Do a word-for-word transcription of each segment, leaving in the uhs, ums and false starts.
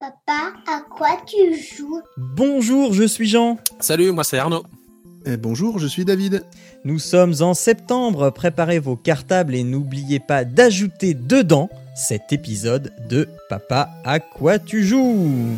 Papa, à quoi tu joues? Bonjour, je suis Jean. Salut, moi c'est Arnaud. Et bonjour, je suis David. Nous sommes en septembre, préparez vos cartables et n'oubliez pas d'ajouter dedans cet épisode de Papa, à quoi tu joues?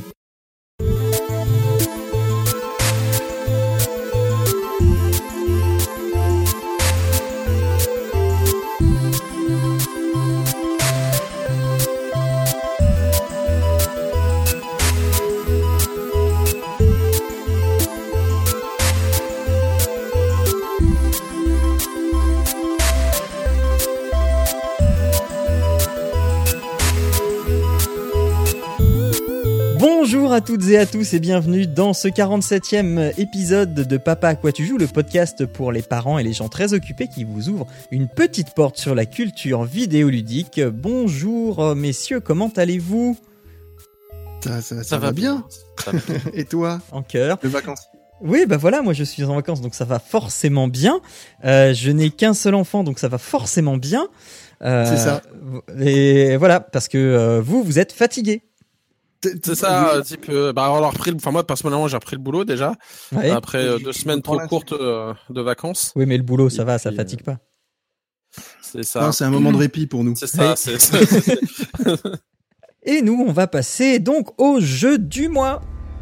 Bonjour à toutes et à tous et bienvenue dans ce quarante-septième épisode de Papa, à quoi tu joues, le podcast pour les parents et les gens très occupés qui vous ouvre une petite porte sur la culture vidéoludique. Bonjour messieurs, comment allez-vous? Ça, ça, ça, Ça va, va bien. Ça va bien. Et toi? En cœur. Les vacances? Oui, bah voilà, moi je suis en vacances donc ça va forcément bien. Euh, je n'ai qu'un seul enfant donc ça va forcément bien. Euh, C'est ça. Et voilà, parce que euh, vous, vous êtes fatigués. C'est ça, euh, type. Euh, bah, alors, repris le... enfin, moi, personnellement, j'ai repris le boulot déjà. Ouais. Après euh, Je- deux je semaines comprends trop la courtes euh, de vacances. Oui, mais le boulot, ça Et va, ça puis, fatigue pas. C'est ça. Non, c'est un moment de répit pour nous. C'est ça, c'est c'est- c'est- Et nous, on va passer donc au jeu du mois.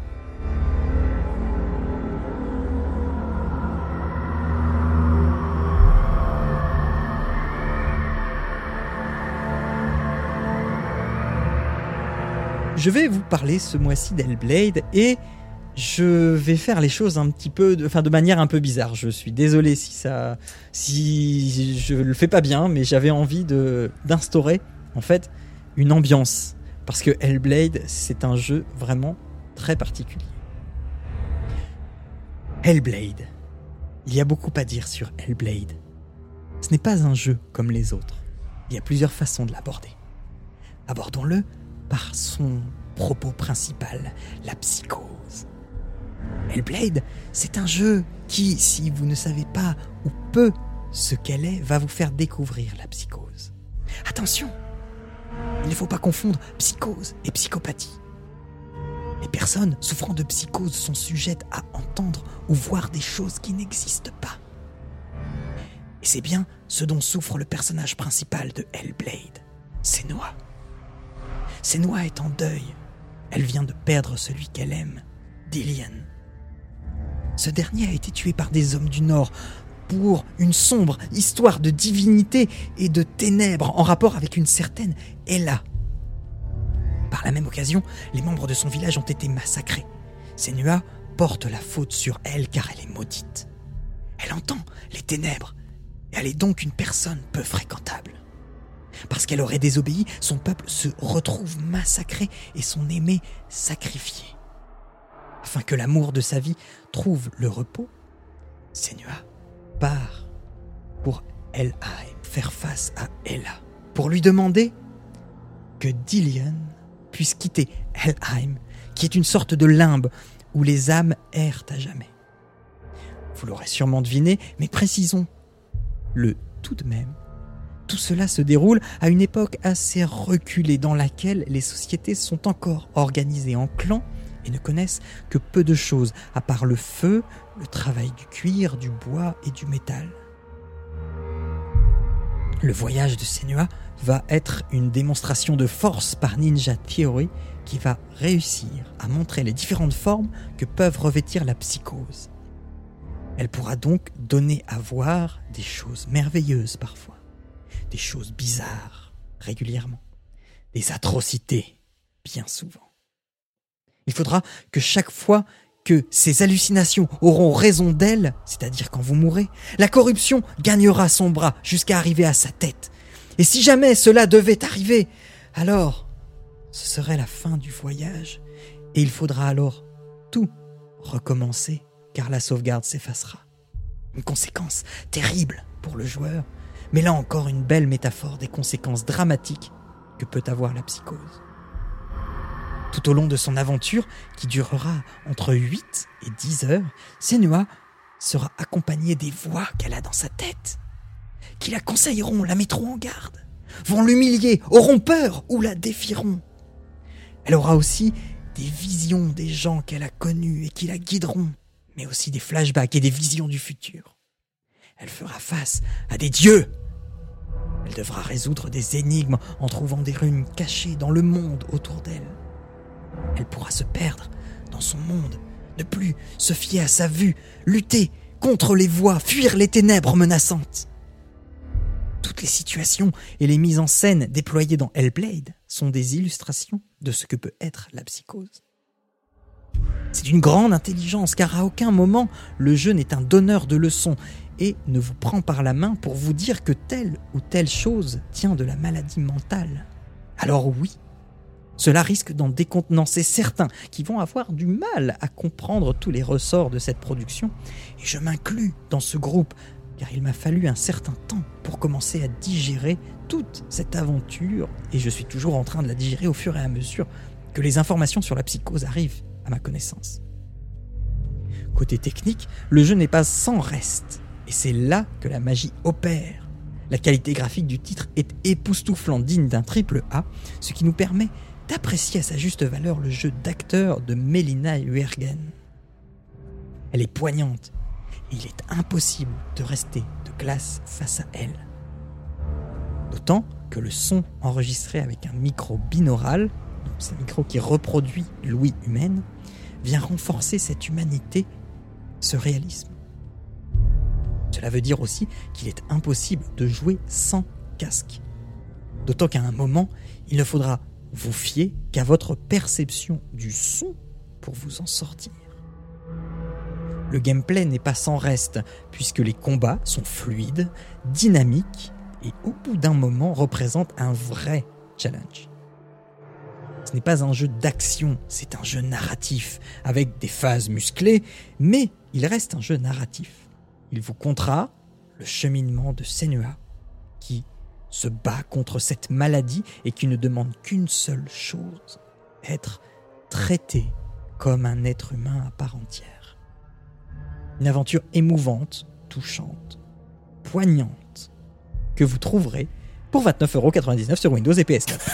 Je vais vous parler ce mois-ci d'Hellblade et je vais faire les choses un petit peu, de, enfin de manière un peu bizarre. Je suis désolé si ça, si je le fais pas bien, mais j'avais envie de d'instaurer en fait une ambiance parce que Hellblade c'est un jeu vraiment très particulier. Hellblade. Il y a beaucoup à dire sur Hellblade. Ce n'est pas un jeu comme les autres. Il y a plusieurs façons de l'aborder. Abordons-le par son propos principal, la psychose. Hellblade, c'est un jeu qui, si vous ne savez pas ou peu ce qu'elle est, va vous faire découvrir la psychose. Attention, il ne faut pas confondre psychose et psychopathie. Les personnes souffrant de psychose sont sujettes à entendre ou voir des choses qui n'existent pas. Et c'est bien ce dont souffre le personnage principal de Hellblade, Senua. Senua est en deuil. Elle vient de perdre celui qu'elle aime, Dillion. Ce dernier a été tué par des hommes du Nord pour une sombre histoire de divinité et de ténèbres en rapport avec une certaine Ella. Par la même occasion, les membres de son village ont été massacrés. Senua porte la faute sur elle car elle est maudite. Elle entend les ténèbres et elle est donc une personne peu fréquentable. Parce qu'elle aurait désobéi, son peuple se retrouve massacré et son aimé sacrifié. Afin que l'amour de sa vie trouve le repos, Senua part pour Helheim, faire face à Ella, pour lui demander que Dillion puisse quitter Helheim, qui est une sorte de limbe où les âmes errent à jamais. Vous l'aurez sûrement deviné, mais précisons-le tout de même. Tout cela se déroule à une époque assez reculée dans laquelle les sociétés sont encore organisées en clans et ne connaissent que peu de choses, à part le feu, le travail du cuir, du bois et du métal. Le voyage de Senua va être une démonstration de force par Ninja Theory qui va réussir à montrer les différentes formes que peuvent revêtir la psychose. Elle pourra donc donner à voir des choses merveilleuses parfois. Des choses bizarres, régulièrement. Des atrocités, bien souvent. Il faudra que chaque fois que ces hallucinations auront raison d'elle, c'est-à-dire quand vous mourrez, la corruption gagnera son bras jusqu'à arriver à sa tête. Et si jamais cela devait arriver, alors ce serait la fin du voyage. Et il faudra alors tout recommencer, car la sauvegarde s'effacera. Une conséquence terrible pour le joueur, mais là encore une belle métaphore des conséquences dramatiques que peut avoir la psychose. Tout au long de son aventure, qui durera entre huit et dix heures, Senua sera accompagnée des voix qu'elle a dans sa tête, qui la conseilleront, la mettront en garde, vont l'humilier, auront peur ou la défieront. Elle aura aussi des visions des gens qu'elle a connus et qui la guideront, mais aussi des flashbacks et des visions du futur. Elle fera face à des dieux. Elle devra résoudre des énigmes en trouvant des runes cachées dans le monde autour d'elle. Elle pourra se perdre dans son monde, ne plus se fier à sa vue, lutter contre les voix, fuir les ténèbres menaçantes. Toutes les situations et les mises en scène déployées dans Hellblade sont des illustrations de ce que peut être la psychose. C'est d'une grande intelligence car à aucun moment le jeu n'est un donneur de leçons et ne vous prend par la main pour vous dire que telle ou telle chose tient de la maladie mentale. Alors oui, cela risque d'en décontenancer certains qui vont avoir du mal à comprendre tous les ressorts de cette production et je m'inclus dans ce groupe car il m'a fallu un certain temps pour commencer à digérer toute cette aventure et je suis toujours en train de la digérer au fur et à mesure que les informations sur la psychose arrivent à ma connaissance. Côté technique, le jeu n'est pas sans reste et c'est là que la magie opère. La qualité graphique du titre est époustouflante, digne d'un triple A, ce qui nous permet d'apprécier à sa juste valeur le jeu d'acteur de Melina Juergen. Elle est poignante et il est impossible de rester de glace face à elle. D'autant que le son enregistré avec un micro binaural, donc c'est un micro qui reproduit l'ouïe humaine, vient renforcer cette humanité, ce réalisme. Cela veut dire aussi qu'il est impossible de jouer sans casque. D'autant qu'à un moment, il ne faudra vous fier qu'à votre perception du son pour vous en sortir. Le gameplay n'est pas sans reste, puisque les combats sont fluides, dynamiques, et au bout d'un moment représentent un vrai challenge. Ce n'est pas un jeu d'action, c'est un jeu narratif, avec des phases musclées, mais il reste un jeu narratif. Il vous contera le cheminement de Senua, qui se bat contre cette maladie et qui ne demande qu'une seule chose, être traité comme un être humain à part entière. Une aventure émouvante, touchante, poignante, que vous trouverez pour vingt-neuf euros quatre-vingt-dix-neuf sur Windows et P S quatre.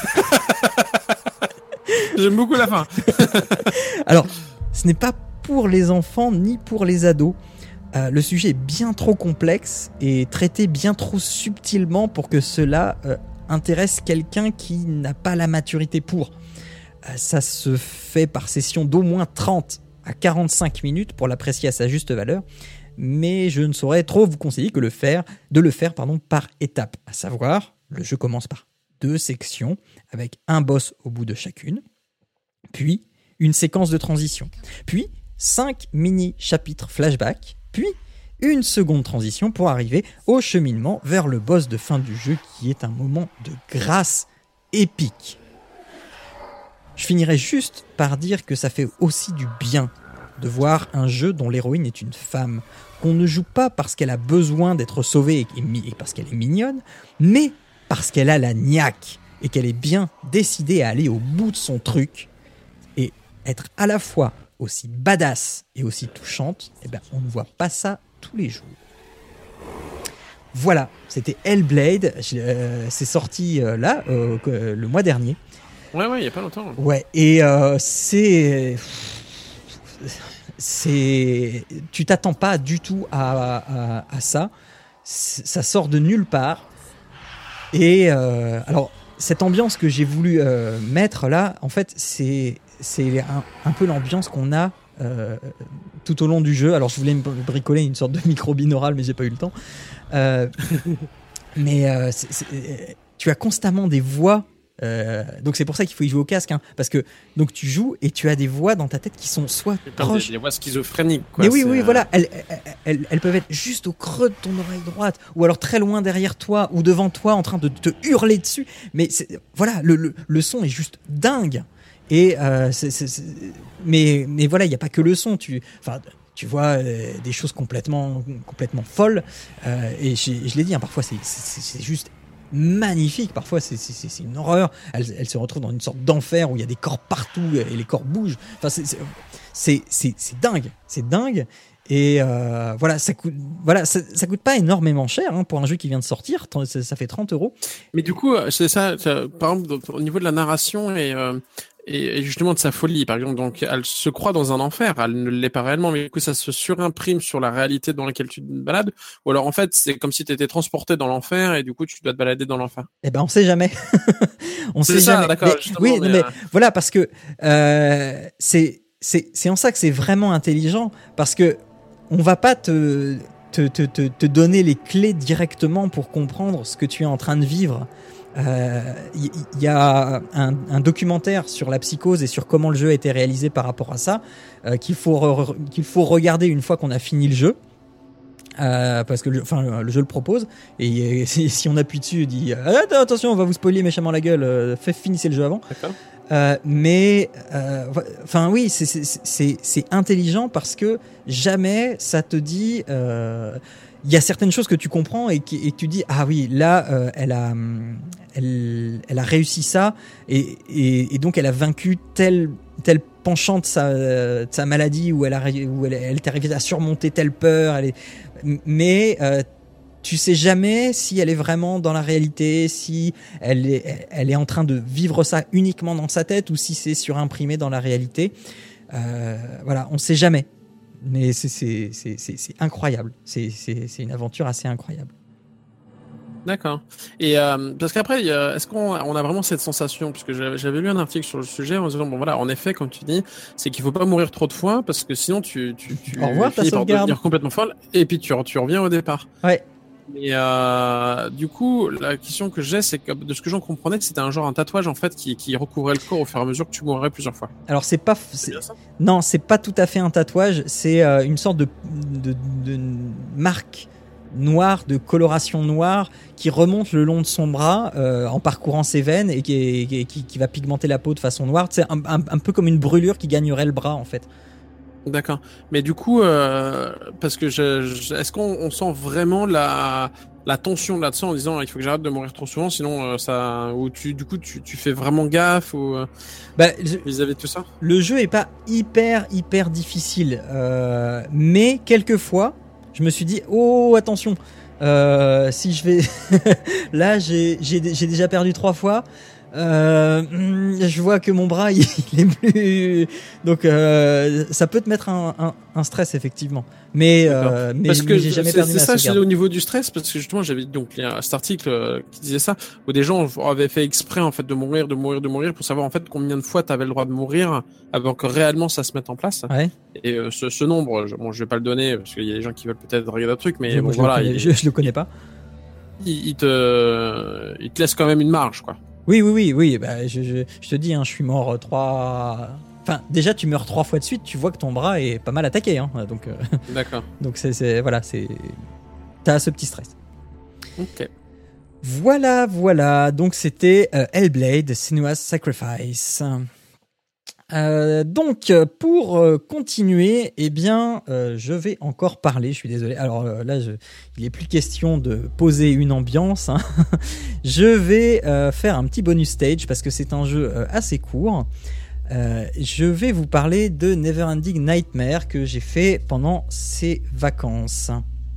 J'aime beaucoup la fin. Alors, ce n'est pas pour les enfants ni pour les ados. Euh, le sujet est bien trop complexe et traité bien trop subtilement pour que cela euh, intéresse quelqu'un qui n'a pas la maturité pour. Euh, ça se fait par session d'au moins trente à quarante-cinq minutes pour l'apprécier à sa juste valeur, mais je ne saurais trop vous conseiller que le faire, de le faire pardon, par étapes. À savoir, le jeu commence par deux sections avec un boss au bout de chacune, puis une séquence de transition, puis cinq mini-chapitres flashback, puis une seconde transition pour arriver au cheminement vers le boss de fin du jeu qui est un moment de grâce épique. Je finirai juste par dire que ça fait aussi du bien de voir un jeu dont l'héroïne est une femme, qu'on ne joue pas parce qu'elle a besoin d'être sauvée et parce qu'elle est mignonne, mais parce qu'elle a la niaque et qu'elle est bien décidée à aller au bout de son truc et être à la fois aussi badass et aussi touchante, eh ben on ne voit pas ça tous les jours. Voilà, c'était Hellblade, euh, c'est sorti euh, là, euh, le mois dernier. Ouais, ouais, il n'y a pas longtemps. Ouais, et euh, c'est... c'est... Tu t'attends pas du tout à, à, à ça. C'est, ça sort de nulle part. Et euh, alors, cette ambiance que j'ai voulu euh, mettre là, en fait, c'est, c'est un, un peu l'ambiance qu'on a euh, tout au long du jeu. Alors, je voulais me bricoler une sorte de micro binaural, mais j'ai pas eu le temps. Euh, mais euh, c'est, c'est, tu as constamment des voix. Euh, donc c'est pour ça qu'il faut y jouer au casque, hein, parce que donc tu joues et tu as des voix dans ta tête qui sont soit proches, des, des voix schizophréniques, quoi. Mais oui, c'est... oui, voilà, elles, elles, elles, elles peuvent être juste au creux de ton oreille droite, ou alors très loin derrière toi, ou devant toi, en train de te hurler dessus. Mais c'est, voilà, le, le, le son est juste dingue. Et euh, c'est, c'est, c'est... mais mais voilà, il n'y a pas que le son. Tu, enfin. Tu vois euh, des choses complètement, complètement folles. Euh, et je, je l'ai dit, hein, parfois c'est, c'est, c'est juste magnifique. Parfois c'est, c'est, c'est une horreur. Elle, elle se retrouve dans une sorte d'enfer où il y a des corps partout et les corps bougent. Enfin, c'est, c'est, c'est, c'est, c'est dingue. C'est dingue. Et euh, voilà, ça coûte, voilà, ça, ça coûte pas énormément cher hein, pour un jeu qui vient de sortir. Ça, ça fait trente euros. Mais du coup, c'est ça. ça par exemple, au niveau de la narration et euh, et, et justement de sa folie, par exemple. Donc, elle se croit dans un enfer, elle ne l'est pas réellement, mais du coup, ça se surimprime sur la réalité dans laquelle tu te balades. Ou alors, en fait, c'est comme si tu étais transporté dans l'enfer et du coup, tu dois te balader dans l'enfer. Eh ben, on sait jamais. on C'est sait ça, jamais. d'accord, Mais- justement, oui, mais, non, mais euh, voilà, parce que euh, c'est c'est c'est en ça que c'est vraiment intelligent, parce que on va pas te te, te te te donner les clés directement pour comprendre ce que tu es en train de vivre. Il euh, y, y a un, un documentaire sur la psychose et sur comment le jeu a été réalisé par rapport à ça, euh, qu'il faut re, qu'il faut regarder une fois qu'on a fini le jeu. Euh, parce que le, enfin, le jeu le propose, et, et si, si on appuie dessus, il dit ah, attention, on va vous spoiler méchamment la gueule, euh, fait finissez le jeu avant. D'accord. Euh, mais enfin euh, oui, c'est, c'est, c'est, c'est intelligent parce que jamais ça te dit. Il euh, y a certaines choses que tu comprends et que et tu dis ah oui, là euh, elle a elle, elle a réussi ça et, et, et donc elle a vaincu tel tel penchant de sa, de sa maladie, où elle a où elle, elle est arrivée à surmonter telle peur. Elle est, mais euh, tu sais jamais si elle est vraiment dans la réalité, si elle est, elle est en train de vivre ça uniquement dans sa tête ou si c'est surimprimé dans la réalité. Euh, voilà, on sait jamais. Mais c'est, c'est, c'est, c'est, c'est incroyable. C'est, c'est, c'est une aventure assez incroyable. D'accord. Et euh, parce qu'après, est-ce qu'on on a vraiment cette sensation, parce que j'avais lu un article sur le sujet en disant bon voilà, en effet, comme tu dis, c'est qu'il faut pas mourir trop de fois parce que sinon tu tu, tu Au revoir, finis ta par sauvegarde. devenir complètement folle et puis tu tu reviens au départ. Ouais. Et euh, du coup, la question que j'ai, c'est que de ce que j'en comprenais, c'était un genre un tatouage en fait qui qui recouvrait le corps au fur et à mesure que tu mourrais plusieurs fois. Alors c'est pas C'est c'est, bien ça ? non, c'est pas tout à fait un tatouage, c'est euh, une sorte de, de de marque noire, de coloration noire qui remonte le long de son bras euh, en parcourant ses veines et qui, qui, qui, qui va pigmenter la peau de façon noire. C'est un, un, un peu comme une brûlure qui gagnerait le bras en fait. D'accord. Mais du coup, euh, parce que je, je, est-ce qu'on on sent vraiment la la tension là-dessus en disant il faut que j'arrête de mourir trop souvent, sinon euh, ça, ou tu du coup tu tu fais vraiment gaffe ou euh, bah, je, vis-à-vis de tout ça. Le jeu est pas hyper hyper difficile, euh, mais quelquefois je me suis dit oh attention, euh, si je vais là j'ai j'ai j'ai déjà perdu trois fois. Euh, je vois que mon bras il, il est plus, donc euh, ça peut te mettre un, un, un stress effectivement, mais euh, mais, parce que mais j'ai jamais c'est, perdu c'est ma ça sauvegarde. au niveau du stress, parce que justement j'avais donc il y a cet article euh, qui disait ça, où des gens avaient fait exprès en fait de mourir de mourir de mourir pour savoir en fait combien de fois t'avais le droit de mourir avant que réellement ça se mette en place. Ouais. Et euh, ce, ce nombre, je, bon je vais pas le donner parce qu'il y a des gens qui veulent peut-être regarder d'autres trucs, mais je, bon je voilà, le connais, il, je, je le connais pas. il, il te il te laisse quand même une marge quoi. Oui, oui, oui, oui. Bah, je, je, je te dis, hein, je suis mort trois. Enfin, déjà, tu meurs trois fois de suite. Tu vois que ton bras est pas mal attaqué, hein. Donc, euh... D'accord. donc c'est, c'est, voilà, c'est. T'as ce petit stress. Ok. Voilà, voilà. Donc c'était euh, Hellblade: Senua's Sacrifice. Euh, donc pour euh, continuer, eh bien, euh, je vais encore parler. Je suis désolé. Alors euh, là, je, il n'est plus question de poser une ambiance. Hein. Je vais euh, faire un petit bonus stage parce que c'est un jeu euh, assez court. Euh, je vais vous parler de Neverending Nightmare que j'ai fait pendant ces vacances.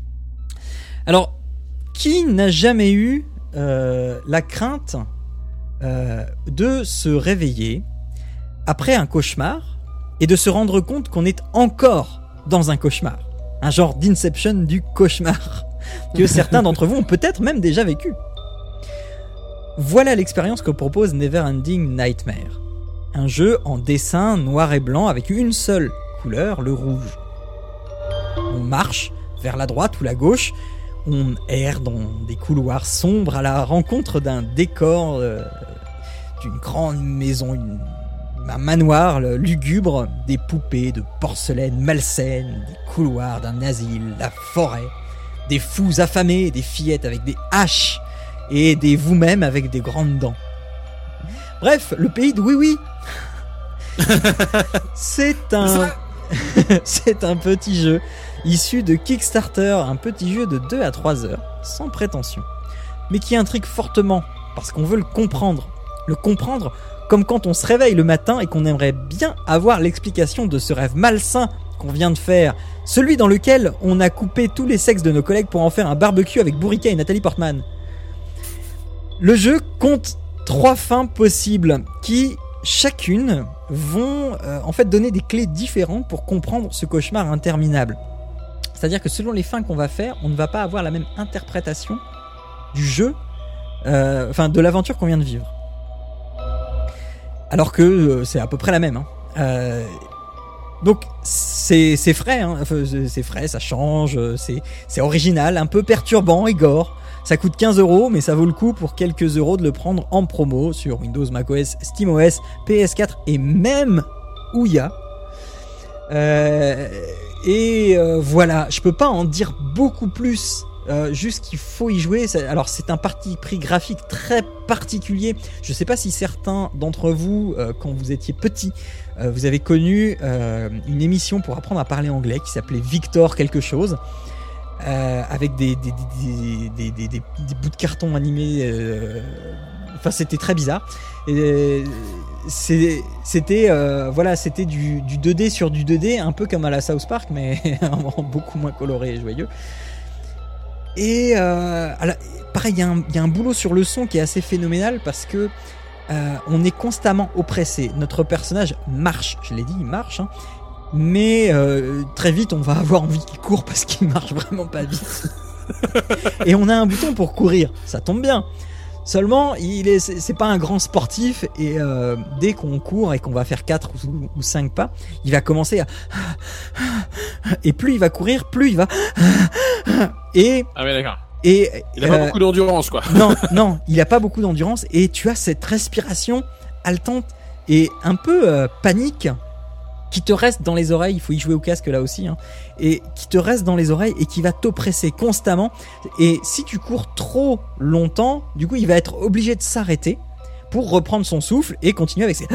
Alors, qui n'a jamais eu euh, la crainte euh, de se réveiller après un cauchemar et de se rendre compte qu'on est encore dans un cauchemar, un genre d'Inception du cauchemar que certains d'entre vous ont peut-être même déjà vécu. Voilà l'expérience que propose Neverending Nightmare, un jeu en dessin noir et blanc avec une seule couleur, le rouge. On marche vers la droite ou la gauche, on erre dans des couloirs sombres à la rencontre d'un décor euh, d'une grande maison, une un manoir lugubre, des poupées de porcelaine malsaine, des couloirs d'un asile, la forêt, des fous affamés, des fillettes avec des haches et des vous-même avec des grandes dents. Bref, le pays de oui oui. C'est un c'est un petit jeu issu de Kickstarter, un petit jeu de deux à trois heures, sans prétention, mais qui intrigue fortement parce qu'on veut le comprendre. Le comprendre comme quand on se réveille le matin et qu'on aimerait bien avoir l'explication de ce rêve malsain qu'on vient de faire, celui dans lequel on a coupé tous les sexes de nos collègues pour en faire un barbecue avec Bourrika et Nathalie Portman. Le jeu compte trois fins possibles qui chacune vont euh, en fait donner des clés différentes pour comprendre ce cauchemar interminable. C'est-à-dire que selon les fins qu'on va faire, on ne va pas avoir la même interprétation du jeu, euh, enfin de l'aventure qu'on vient de vivre. Alors que euh, c'est à peu près la même. Hein. Euh, donc c'est, c'est frais, hein. c'est frais, ça change, c'est, c'est original, un peu perturbant et gore. Ça coûte quinze euros, mais ça vaut le coup pour quelques euros de le prendre en promo sur Windows, macOS, SteamOS, P S quatre et même Ouya. Euh, et euh, voilà, je peux pas en dire beaucoup plus. Euh, juste qu'il faut y jouer. Alors c'est un parti pris graphique très particulier. Je sais pas si certains d'entre vous, euh, quand vous étiez petits, euh, vous avez connu euh, une émission pour apprendre à parler anglais qui s'appelait Victor quelque chose. Euh, avec des des, des, des, des, des, des bouts de carton animés. Euh, enfin, c'était très bizarre. Et c'est, c'était euh, voilà, c'était du, du deux D sur du deux D, un peu comme à la South Park, mais beaucoup moins coloré et joyeux. Et euh, alors, pareil, il y, y a un boulot sur le son qui est assez phénoménal parce que euh, on est constamment oppressé. Notre personnage marche, je l'ai dit, il marche. Hein. Mais euh, très vite on va avoir envie qu'il court parce qu'il marche vraiment pas vite. Et on a un bouton pour courir, ça tombe bien. Seulement il est, c'est, c'est pas un grand sportif et euh, dès qu'on court et qu'on va faire quatre ou, ou cinq pas, il va commencer à... Et plus il va courir, plus il va... Et... Ah ouais d'accord. Et, il a euh, pas beaucoup d'endurance quoi. Non, non, il a pas beaucoup d'endurance et tu as cette respiration haletante et un peu euh, panique qui te reste dans les oreilles, il faut y jouer au casque là aussi, hein, et qui te reste dans les oreilles et qui va t'oppresser constamment. Et si tu cours trop longtemps, du coup, il va être obligé de s'arrêter pour reprendre son souffle et continuer avec ses...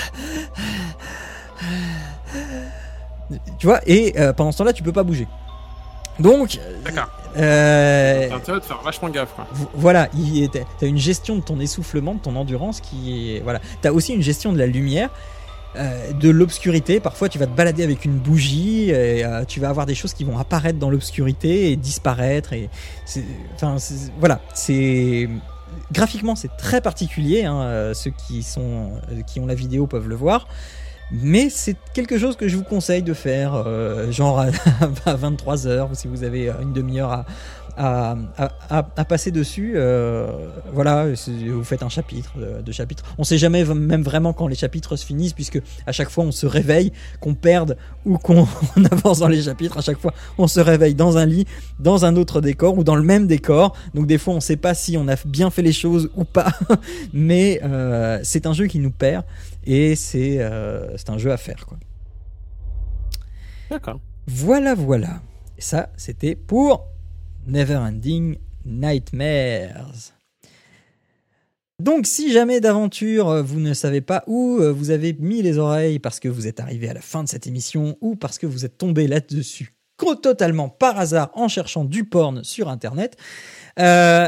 Tu vois, et euh, pendant ce temps-là, tu peux pas bouger. Donc... D'accord. Euh, T'as intérêt de faire vachement gaffe quoi. Voilà, il, t'as une gestion de ton essoufflement, de ton endurance qui est... Voilà. T'as aussi une gestion de la lumière. Euh, de l'obscurité, parfois tu vas te balader avec une bougie et euh, tu vas avoir des choses qui vont apparaître dans l'obscurité et disparaître et c'est, enfin c'est, voilà, c'est graphiquement c'est très particulier, hein, euh, ceux qui sont euh, qui ont la vidéo peuvent le voir, mais c'est quelque chose que je vous conseille de faire euh, genre à, à vingt-trois heures ou si vous avez une demi-heure à À, à, à passer dessus, euh, voilà, vous faites un chapitre, de, de chapitres. On sait jamais même vraiment quand les chapitres se finissent, puisque à chaque fois on se réveille, qu'on perde ou qu'on on avance dans les chapitres, à chaque fois on se réveille dans un lit, dans un autre décor ou dans le même décor. Donc des fois on sait pas si on a bien fait les choses ou pas, mais euh, c'est un jeu qui nous perd et c'est euh, c'est un jeu à faire quoi. D'accord. Voilà, voilà. Et ça, c'était pour Neverending Nightmares. Donc si jamais d'aventure vous ne savez pas où vous avez mis les oreilles parce que vous êtes arrivé à la fin de cette émission ou parce que vous êtes tombé là-dessus totalement par hasard en cherchant du porn sur internet, euh...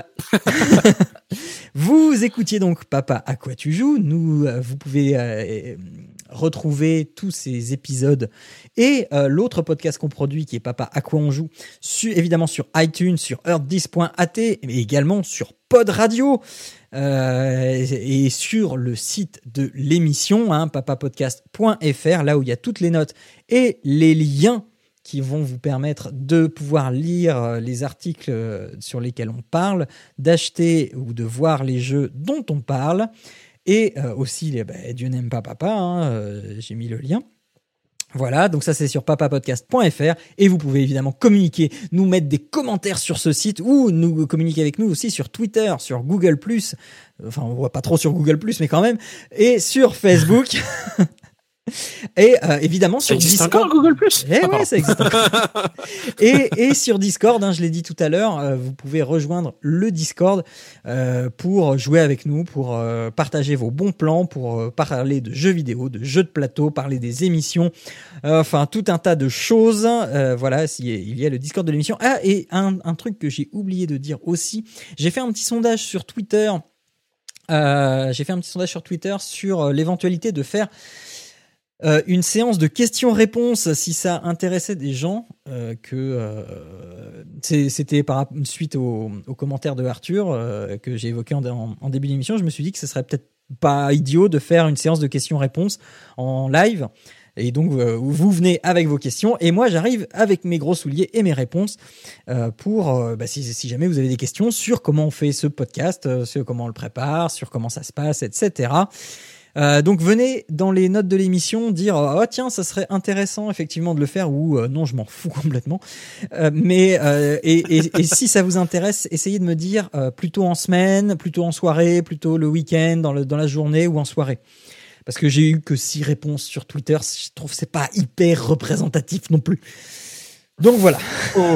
vous écoutiez donc Papa à quoi tu joues. Nous, vous pouvez euh, retrouver tous ces épisodes et euh, l'autre podcast qu'on produit qui est Papa à quoi on joue, su, évidemment sur iTunes, sur heard dix point a t, mais également sur Pod Radio euh, et sur le site de l'émission, hein, papapodcast point f r, là où il y a toutes les notes et les liens qui vont vous permettre de pouvoir lire les articles sur lesquels on parle, d'acheter ou de voir les jeux dont on parle, et euh, aussi, les, bah, Dieu n'aime pas papa, hein, euh, j'ai mis le lien. Voilà, donc ça c'est sur papapodcast point f r, et vous pouvez évidemment communiquer, nous mettre des commentaires sur ce site, ou nous communiquer avec nous aussi sur Twitter, sur Google plus, enfin on voit pas trop sur Google plus, mais quand même, et sur Facebook. Et euh, évidemment sur ça existe Discord, encore Google plus. Eh ouais, ça existe encore. et, et sur Discord, hein, je l'ai dit tout à l'heure, euh, vous pouvez rejoindre le Discord euh, pour jouer avec nous, pour euh, partager vos bons plans, pour euh, parler de jeux vidéo, de jeux de plateau, parler des émissions, euh, enfin tout un tas de choses. Euh, voilà, si, il y a le Discord de l'émission. Ah, et un, un truc que j'ai oublié de dire aussi, j'ai fait un petit sondage sur Twitter. Euh, j'ai fait un petit sondage sur Twitter sur euh, l'éventualité de faire Euh, une séance de questions-réponses si ça intéressait des gens, euh, que euh, c'est, c'était par suite aux, aux commentaires de Arthur euh, que j'ai évoqué en, en, en début d'émission. Je me suis dit que ce serait peut-être pas idiot de faire une séance de questions-réponses en live. Et donc, euh, vous venez avec vos questions et moi, j'arrive avec mes gros souliers et mes réponses euh, pour, euh, bah, si, si jamais vous avez des questions sur comment on fait ce podcast, euh, sur comment on le prépare, sur comment ça se passe, et cetera. Euh, donc, venez dans les notes de l'émission dire « Oh tiens, ça serait intéressant effectivement de le faire » ou euh, « Non, je m'en fous complètement. Euh, » Mais euh, et, et, et si ça vous intéresse, essayez de me dire euh, plutôt en semaine, plutôt en soirée, plutôt le week-end, dans, le, dans la journée ou en soirée. Parce que j'ai eu que six réponses sur Twitter, je trouve que c'est pas hyper représentatif non plus. Donc voilà. Oh.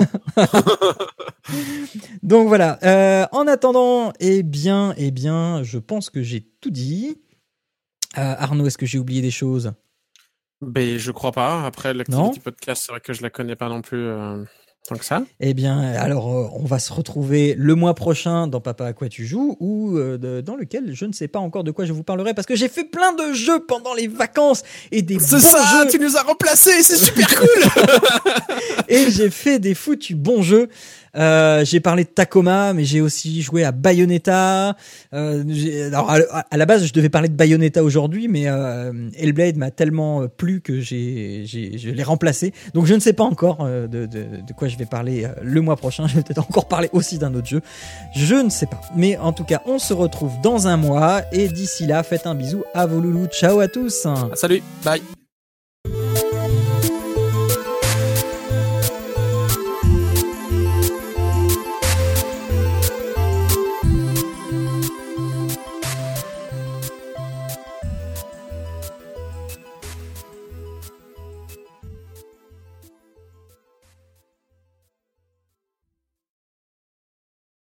Donc voilà. Euh, en attendant, eh bien, eh bien, je pense que j'ai tout dit. Euh, Arnaud, est-ce que j'ai oublié des choses ? Ben, je crois pas. Après, l'activity podcast, c'est vrai que je la connais pas non plus euh, tant que ça. Eh bien, alors, euh, on va se retrouver le mois prochain dans Papa à quoi tu joues ou euh, de, dans lequel je ne sais pas encore de quoi je vous parlerai parce que j'ai fait plein de jeux pendant les vacances et des C'est bons ça, jeux. tu nous as remplacés, c'est super cool. Et j'ai fait des foutus bons jeux. Euh, j'ai parlé de Tacoma, mais j'ai aussi joué à Bayonetta. Euh, j'ai, alors à, à la base, je devais parler de Bayonetta aujourd'hui, mais euh, Hellblade m'a tellement plu que j'ai, j'ai, je l'ai remplacé. Donc je ne sais pas encore euh, de, de, de quoi je vais parler euh, le mois prochain. Je vais peut-être encore parler aussi d'un autre jeu. Je ne sais pas. Mais en tout cas, on se retrouve dans un mois. Et d'ici là, faites un bisou à vos loulous. Ciao à tous. Salut, bye.